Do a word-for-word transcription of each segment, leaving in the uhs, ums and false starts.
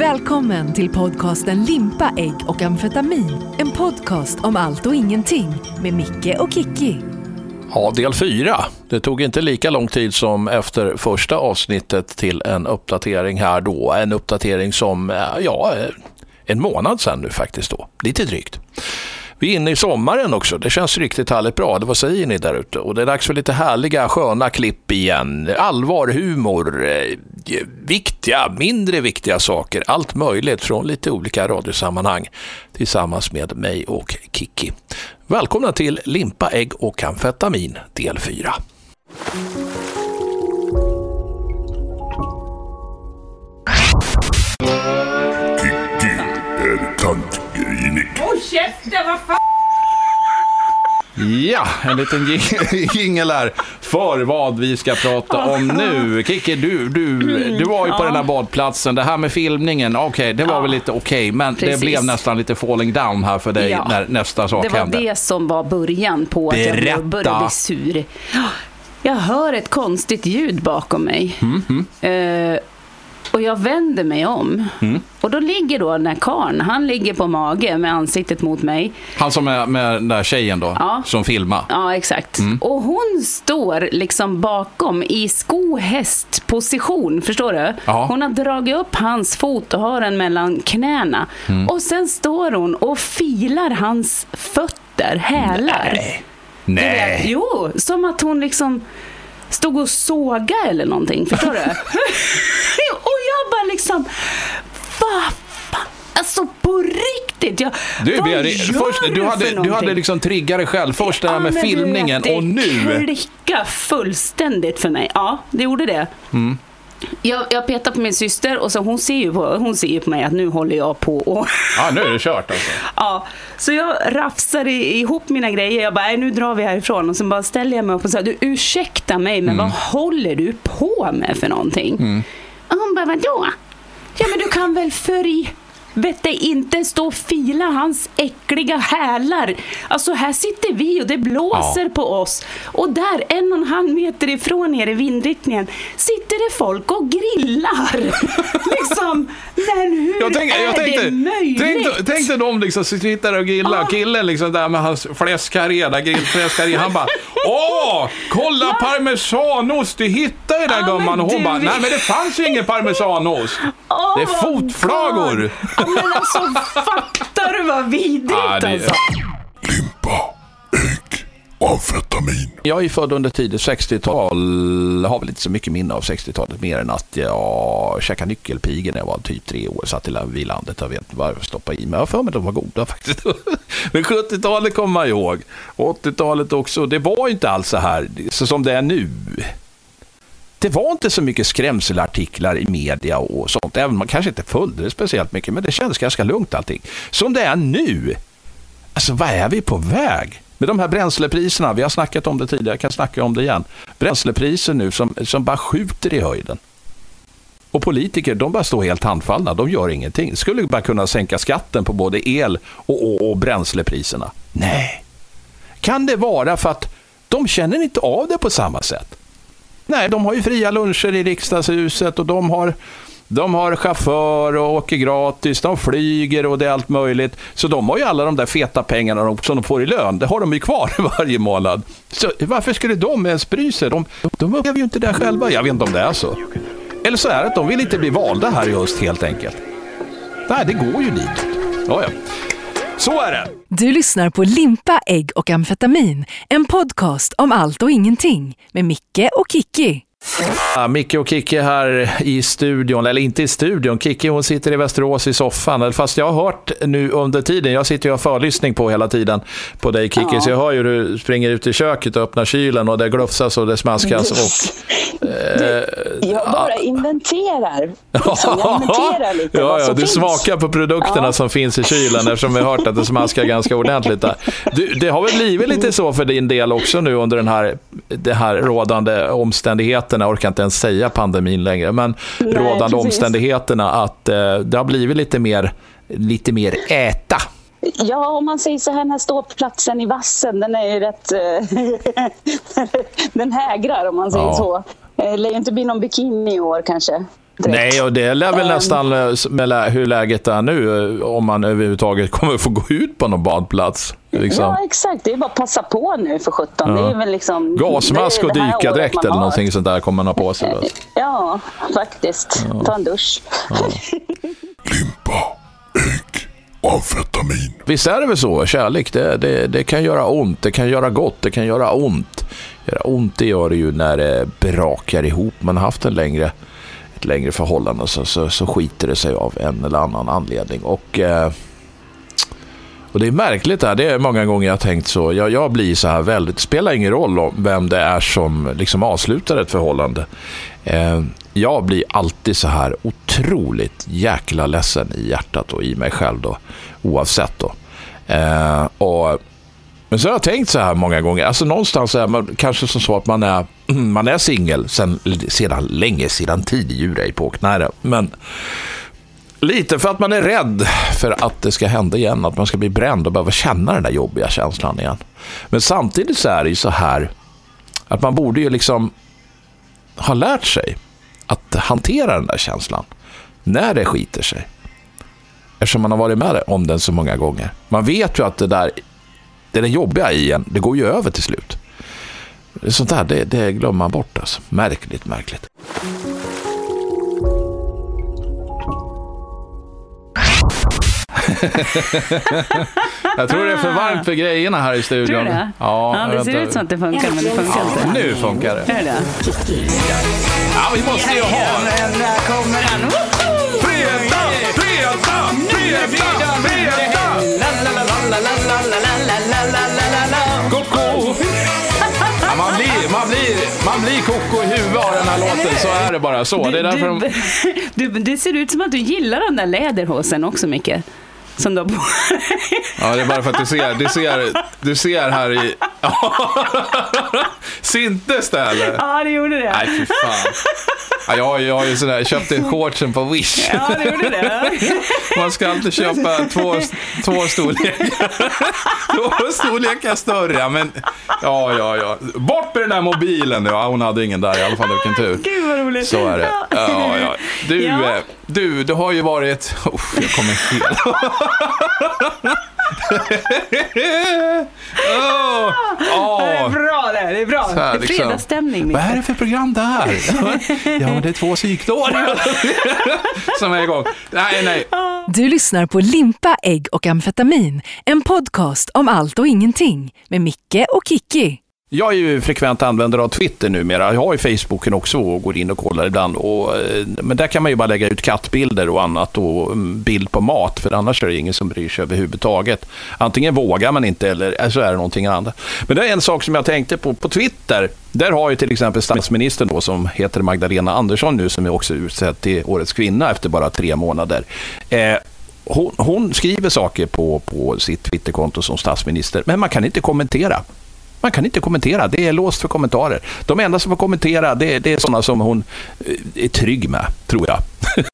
Välkommen till podcasten Limpa, ägg och amfetamin. En podcast om allt och ingenting med Micke och Kikki. Ja, del fyra. Det tog inte lika lång tid som efter första avsnittet till en uppdatering här då. En uppdatering som, ja, en månad sedan nu faktiskt då. Lite drygt. Vi är inne i sommaren också. Det känns riktigt härligt bra. Det var säger ni där ute. Och det är dags för lite härliga, sköna klipp igen. Allvar, humor, eh, viktiga, mindre viktiga saker. Allt möjligt från lite olika radiosammanhang tillsammans med mig och Kikki. Välkomna till Limpa, ägg och amfetamin del fyra. Kikki är tantgrinig. Åh, käften, vad fan! Ja, en liten jingel här för vad vi ska prata om nu. Kikki, du, du, du var ju på ja. den här badplatsen. Det här med filmningen, okej, okay, det var ja. väl lite okej, okay, men Precis. det blev nästan lite falling down här för dig ja. när nästa sak hände. Det var hände. Det som var början på att Berätta. jag började bli sur. Jag hör ett konstigt ljud bakom mig. Mm, mm. Uh, Och jag vänder mig om. Mm. Och då ligger då den här karln. Han ligger på mage med ansiktet mot mig. Han som är med den där tjejen då. Ja. Som filmar. Ja, exakt. Mm. Och hon står liksom bakom i skohästposition. Förstår du? Ja. Hon har dragit upp hans fot och har den mellan knäna. Mm. Och sen står hon och filar hans fötter, hälar. Nej. Nej. Vet, jo, som att hon liksom stod och såga eller någonting, förstår du? Och jag bara liksom, vad fan? Alltså på riktigt, jag, du, vad Beri, först, du, hade, du hade liksom triggat dig själv först det här med filmningen vet, och nu klicka fullständigt för mig. Ja, det gjorde det. Mm. Jag, jag petar på min syster och så hon ser ju på, hon ser ju på mig att nu håller jag på och ja, nu är det kört alltså. Ja, så jag rafsar ihop mina grejer. Jag bara, nu drar vi härifrån. Och så bara ställer jag mig upp och säger, du ursäkta mig, men mm. vad håller du på med för någonting? Mm. Och hon bara, vadå? Ja, men du kan väl för i vet det inte stå och fila hans äckliga hälar. Alltså här sitter vi och det blåser ja. på oss. Och där en och en halv meter ifrån er i vindriktningen sitter det folk och grillar. liksom, men hur jag tänkte, jag är tänkte, det möjligt? Tänkte, tänkte de liksom sitter och grillar. Ja. Killen liksom där med hans fläskkarré, grillfläskkarré. Han bara, åh, kolla ja. parmesanost, du hittar ju där ja, gumman. Och hon bara, nej men det fanns ju ingen parmesanost. Oh, det är fotflagor. Men alltså, fattar du vad vidrigt ah, det... alltså? Limpa, ägg, amfetamin. Jag är född under tidigt sextiotal. Har väl inte så mycket minne av sextiotalet mer än att jag käkade nyckelpigor när jag var typ tre år. Satt i landet och vet inte vad jag stoppade i mig. Jag för mig de var goda faktiskt. Men sjuttiotalet kommer man ihåg. åttiotalet också. Det var ju inte alls så här så som det är nu. Det var inte så mycket skrämselartiklar i media och sånt. Även om man kanske inte följde det speciellt mycket. Men det kändes ganska lugnt allting. Som det är nu. Alltså vad är vi på väg? Med de här bränslepriserna. Vi har snackat om det tidigare. Jag kan snacka om det igen. Bränslepriser nu som, som bara skjuter i höjden. Och politiker, de bara står helt handfallna. De gör ingenting. Skulle bara kunna sänka skatten på både el och, och, och bränslepriserna. Nej. Kan det vara för att de känner inte av det på samma sätt? Nej, de har ju fria luncher i riksdagshuset och de har, de har chaufför och åker gratis, de flyger och det är allt möjligt. Så de har ju alla de där feta pengarna som de får i lön. Det har de ju kvar varje månad. Så varför skulle de ens bry sig? De, de upplever ju inte det själva. Jag vet inte om det är så. Eller så är det att de vill inte bli valda här just helt enkelt. Nej, det går ju dit. Ja, ja. Så är det. Du lyssnar på Limpa, ägg och amfetamin. En podcast om allt och ingenting med Micke och Kikki. Ja, Micke och Kikki här i studion, eller inte i studion. Kikki hon sitter i Västerås i soffan. Fast jag har hört nu under tiden, jag sitter ju och har förlyssning på hela tiden på dig Kikki. Ja. Så jag hör ju hur du springer ut i köket och öppnar kylen och det glufsas och det smaskas. Och, eh, jag bara ja. inventerar. Liksom. Jag inventerar lite ja, vad ja, som du finns. Smakar på produkterna ja. som finns i kylen eftersom vi har hört att det smaskar ganska ordentligt där. Du, det har väl blivit lite så för din del också nu under den här, det här rådande omständigheterna. Jag orkar inte ens säga pandemin längre, men Nej, rådande precis. omständigheterna att eh, det har blivit lite mer, lite mer äta. Ja, om man säger så här, när ståplatsen i vassen, den är ju rätt den hägrar om man säger ja. så. Det lär ju inte bli någon bikini i år kanske. direkt. Nej, och det lär väl um, nästan med hur läget är nu, om man överhuvudtaget kommer få gå ut på någon badplats. Liksom. Ja, exakt. Det är bara att passa på nu för sjutton. Ja. Det är väl liksom, gasmask och dykadräkt eller någonting sånt där kommer man ha på sig. Då. Ja, faktiskt. Ja. Ta en dusch. Ja. Limpa, ägg och amfetamin. Visst är det väl så? Kärlek, det, det, det kan göra ont, det kan göra gott, det kan göra ont. Göra ont det gör det ju när det brakar ihop. Man har haft en längre, ett längre förhållande så, så, så skiter det sig av en eller annan anledning. Och... Eh, Och det är märkligt här, det är många gånger jag har tänkt så. Jag, jag blir så här väldigt, det spelar ingen roll om vem det är som liksom avslutar ett förhållande. Eh, jag blir alltid så här otroligt jäkla ledsen i hjärtat och i mig själv då, oavsett då. Eh, och, men så har jag tänkt så här många gånger, alltså någonstans är man kanske som så att man är, man är singel sedan, sedan länge, sedan tid, djurepok, nej då, men... Lite för att man är rädd för att det ska hända igen, att man ska bli bränd och behöva känna den där jobbiga känslan igen. Men samtidigt så är det ju så här att man borde ju liksom ha lärt sig att hantera den där känslan när det skiter sig. Eftersom man har varit med om den så många gånger. Man vet ju att det där, det där jobbiga i en, det går ju över till slut. Sånt där, det, det glömmer man bort alltså. Märkligt, märkligt. Jag tror det är för varmt för grejerna här i studion. Tror du det? Ja, ja, det ser ut som att det funkar, men det funkar inte. Ja, nu funkar det. Är det? Ja, vi måste ju ha... Där kommer den. Fredag, fredag, fredag, fredag. Koko. Ja, man blir, man blir, man blir koko i huvudet av den här låten, så är det bara så. Det är därför de... du, du, det ser ut som att du gillar den där läderhosen också mycket. Som då... Ja, det är bara för att du ser, du ser, du ser här i... Syntes det eller? Ja, det gjorde det. Nej, fy fan. Ja, jag, jag har ju sådär, jag köpte shortsen på Wish. Ja, det gjorde det. Man ska alltid köpa två, två storlekar. Två storlekar större, men ja, ja, ja. Bort med den där mobilen. Ja, hon hade ingen där i alla fall, vilken tur. Gud vad roligt. Så är det. Ja, ja. Du, Ja. du, du har ju varit... Oh, jag kommer fel. oh, oh. Det är bra det, det är bra. Så här, det är liksom. fredagsstämning. Vad är det för program det här? Ja, men det är två psykdår som är igång. Nej, nej. Du lyssnar på Limpa, ägg och amfetamin. En podcast om allt och ingenting. Med Micke och Kikki. Jag är ju frekvent användare av Twitter numera. Jag har ju Facebooken också och går in och kollar ibland. Och, men där kan man ju bara lägga ut kattbilder och annat och bild på mat. För annars är det ingen som bryr sig överhuvudtaget. Antingen vågar man inte eller så är det någonting annat. Men det är en sak som jag tänkte på på Twitter. Där har ju till exempel statsministern då, som heter Magdalena Andersson nu, som är också utsedd till årets kvinna efter bara tre månader. Eh, hon, hon skriver saker på, på sitt Twitterkonto som statsminister. Men man kan inte kommentera. Man kan inte kommentera, det är låst för kommentarer. De enda som får kommentera, det är, det är sådana som hon är trygg med, tror jag.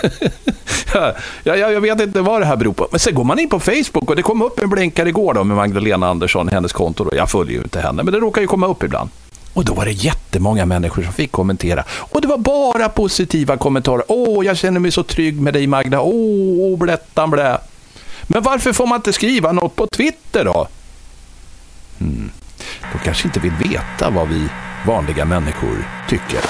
jag. Jag vet inte vad det här beror på. Men sen går man in på Facebook och det kom upp en blänkare igår då med Magdalena Andersson, hennes konto. Då. Jag följer ju inte henne, men det råkar ju komma upp ibland. Och då var det jättemånga människor som fick kommentera. Och det var bara positiva kommentarer. Åh, jag känner mig så trygg med dig, Magda. Åh, blättan blä. Men varför får man inte skriva något på Twitter då? Hmm. De kanske inte vill veta vad vi vanliga människor tycker.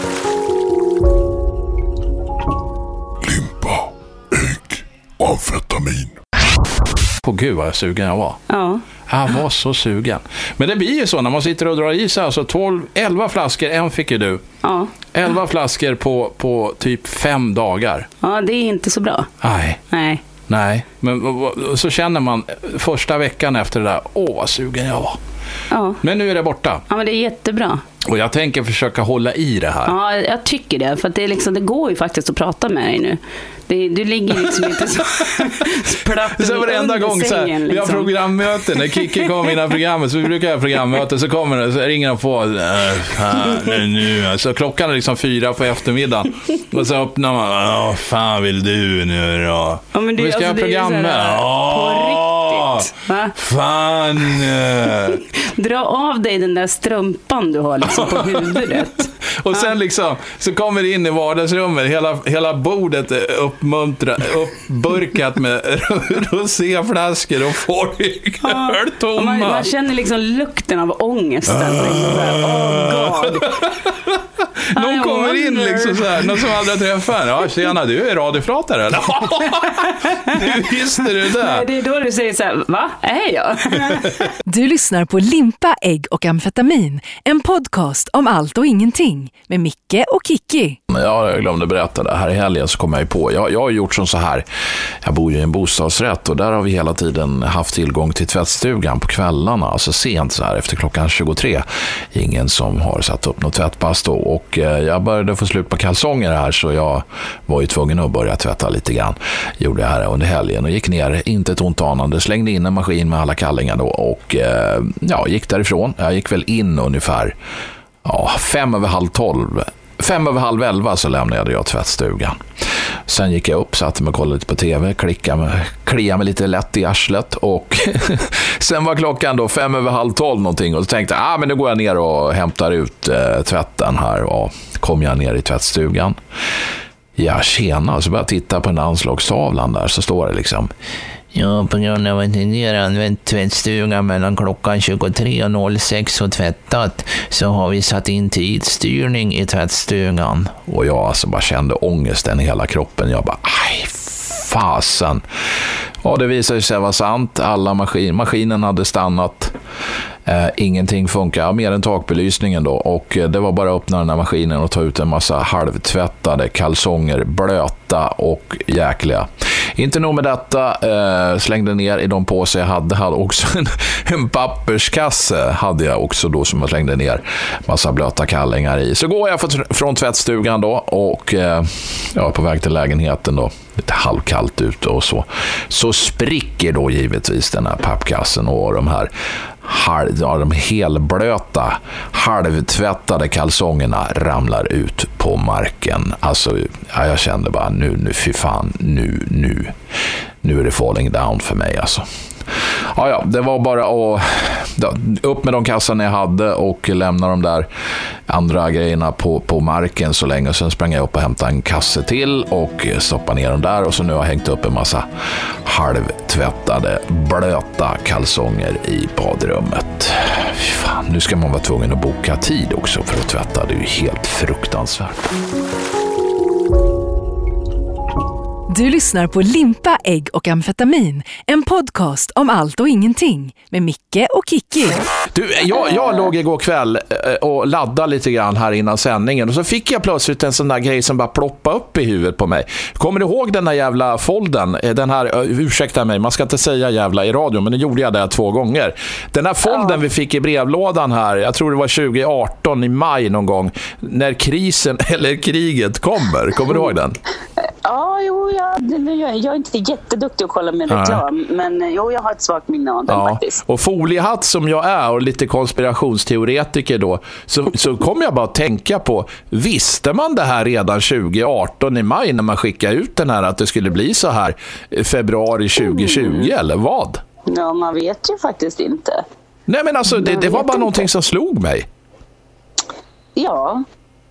Limpa, ägg och amfetamin. På gud vad sugen jag var. Ja. Han var så sugen. Men det blir ju så när man sitter och drar i sig. Alltså tolv, elva flaskor, en fick ju du. Ja. elva flaskor på, på typ fem dagar. Ja, det är inte så bra. Nej. Nej. Nej, men så känner man första veckan efter det där, åh vad sugen jag var. Ja. Men nu är det borta. Ja, men det är jättebra. Och jag tänker försöka hålla i det här. Ja, jag tycker det. För att det, är liksom, det går ju faktiskt att prata med dig nu. Det, du ligger liksom inte så platt så varenda gång så här, sängen, liksom. Vi har programmöten. När Kikki kommer in i programmet så vi brukar ha programmöten. Så kommer det, så ringer de på. Äh, fan, nu. Så klockan är liksom fyra på eftermiddagen. Och så öppnar man. Vad fan vill du nu då? Ja, men det, vi ska alltså, ha programmet. På riktigt. Va? Fan. Dra av dig den där strumpan du har liksom på huvudet. Och sen liksom så kommer det in i vardagsrummet, hela, hela bordet är uppmuntra, uppburkat med roséflaskor och folköl tomma. Man, man känner liksom lukten av ångesten. Åh, God. Någon kommer in liksom så här, någon som aldrig träffar. Ja, tjena, du är radiopratare eller? Du visste du det där. Det är då du säger så här, va? Är jag? Du lyssnar på Limpa, ägg och amfetamin. En podcast om allt och ingenting. Med Micke och Kikki. Ja, jag glömde berätta det. Här i helgen så kom jag ju på. Jag, jag har gjort som så här. Jag bor ju i en bostadsrätt och där har vi hela tiden haft tillgång till tvättstugan på kvällarna. Alltså sent så här efter klockan tjugotre. Ingen som har satt upp något tvättpass då. Och eh, jag började få slut på kalsonger här så jag var ju tvungen att börja tvätta lite grann. Gjorde jag här under helgen och gick ner. Inte ett ont anande. Slängde in en maskin med alla kallingar då och eh, ja, gick därifrån. Jag gick väl in ungefär ja, fem över halv tolv. Fem över halv elva så lämnade jag tvättstugan. Sen gick jag upp, satte mig och kollade lite på tv, klickade mig, kliade mig lite lätt i arslet och sen var klockan då fem över halv tolv någonting och så tänkte jag, ah, men nu går jag ner och hämtar ut eh, tvätten här och kom jag ner i tvättstugan. Ja, tjena, så började jag titta på den anslagstavlan där så står det liksom: ja, på grund av att ni har använt tvättstugan mellan klockan tjugotre och noll sex och tvättat så har vi satt in tidsstyrning i tvättstugan. Och jag alltså bara kände ångesten i hela kroppen. Jag bara, aj, fasen. Ja, det visade sig vara sant. Alla maskin, maskinen hade stannat. Eh, ingenting funkar, mer än takbelysningen då. Och eh, det var bara att öppna den här maskinen och ta ut en massa halvtvättade kalsonger, blöta och jäkliga. Inte nog med detta, eh, slängde ner i de påsar jag hade. Hade också en, en papperskasse hade jag också då som jag slängde ner massa blöta kallingar i. Så går jag från tvättstugan då och eh, jag är på väg till lägenheten då. Lite halvkallt ute och så. Så spricker då givetvis den här pappkassen och de här halv, ja, de helblöta halvtvättade kalsongerna ramlar ut på marken. Alltså, ja, jag kände bara nu, nu, fy fan, nu, nu, nu är det falling down för mig alltså. Ja, ja, det var bara att ja, upp med de kassorna jag hade och lämna de där andra grejerna på, på marken så länge. Sen sprang jag upp och hämtade en kasse till och stoppade ner dem där. Och så nu har jag hängt upp en massa halvtvättade blöta kalsonger i badrummet. Fan, nu ska man vara tvungen att boka tid också för att tvätta. Det är ju helt fruktansvärt. Du lyssnar på Limpa, ägg och amfetamin. En podcast om allt och ingenting. Med Micke och Kikki. Du, jag, jag låg igår kväll och laddade lite grann här innan sändningen. Och så fick jag plötsligt en sån där grej som bara ploppade upp i huvudet på mig. Kommer du ihåg den här jävla folden? Den här, ursäkta mig, man ska inte säga jävla i radio, men nu gjorde jag det två gånger. Den här folden ja. vi fick i brevlådan här, jag tror det var tjugo arton i maj någon gång. När krisen, eller kriget kommer. Kommer du ihåg den? Ja, jo, jag, jag är inte jätteduktig att kolla med reklam, ja. men jo, jag har ett svagt minne av den ja. faktiskt. Och foliehatt som jag är och lite konspirationsteoretiker då, så, så kommer jag bara att tänka på, visste man det här redan tjugo arton i maj när man skickade ut den här att det skulle bli så här februari tjugo tjugo mm. eller vad? Ja, man vet ju faktiskt inte. Nej, men alltså det, det var bara inte. Någonting som slog mig. Ja.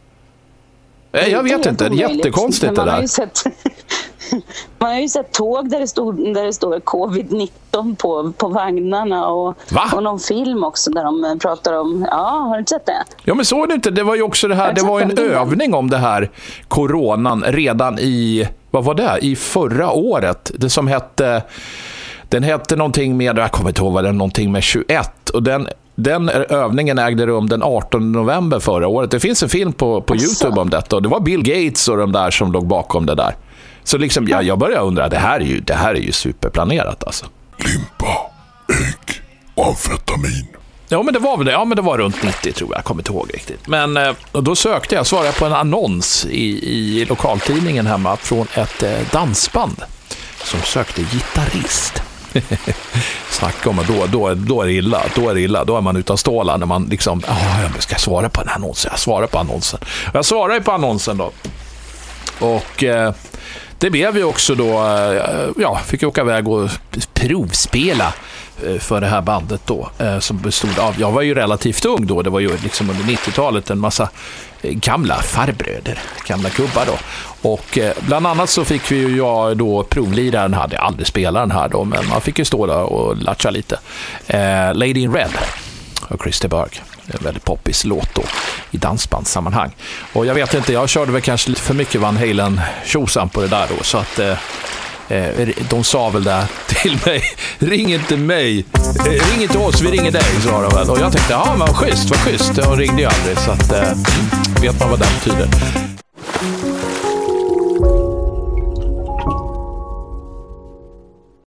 Nej, jag vet inte, det är jättekonstigt det där. Har ju sett, man har ju sett tåg där det, stod, där det står covid nitton på, på vagnarna och, och någon film också där de pratar om, ja, har du inte sett det? Ja, men såg du inte, det var ju också det här, det var en övning om det här coronan redan i, vad var det, i förra året, det som hette, den hette någonting med, jag kommer inte ihåg vad det, någonting med tjugoett och den Den övningen ägde rum den artonde november förra året. Det finns en film på, på YouTube om detta och det var Bill Gates och de där som låg bakom det där. Så liksom, ja, jag börjar undra, det här är ju, det här är ju superplanerat alltså. Limpa, ägg och amfetamin. Ja, men det var väl det. Ja, men det var runt nittio tror jag. Jag kommer inte ihåg riktigt. Men och då sökte jag, svarade på en annons i, i lokaltidningen hemma från ett eh, dansband som sökte gitarrist. Snacka om att då, då, då är det illa, då är det illa, då är man utan stålar när man liksom, ja, oh, jag ska svara på den här annonsen, jag svarar på annonsen. Och jag svarar ju på annonsen då. Och eh, det blev ju också då, eh, ja, fick jag åka iväg och provspela för det här bandet då, som bestod av, jag var ju relativt ung då, det var ju liksom under nittiotalet en massa gamla farbröder, gamla gubbar då. Och bland annat så fick vi ju jag då provlira den här, jag aldrig spelat den här då, men man fick ju stå där och latcha lite. Eh, Lady in Red och Chris de Burgh. En väldigt poppis låt då i dansbandssammanhang. Och jag vet inte, jag körde väl kanske lite för mycket Van Halen tjosan på det där då, så att eh, de sa väl där till mig, ring inte mig, ring inte oss, vi ringer dig, sa de väl. Och jag tänkte, ja men vad schysst, vad schysst. Och ringde ju aldrig, så att eh, vet man vad det betyder.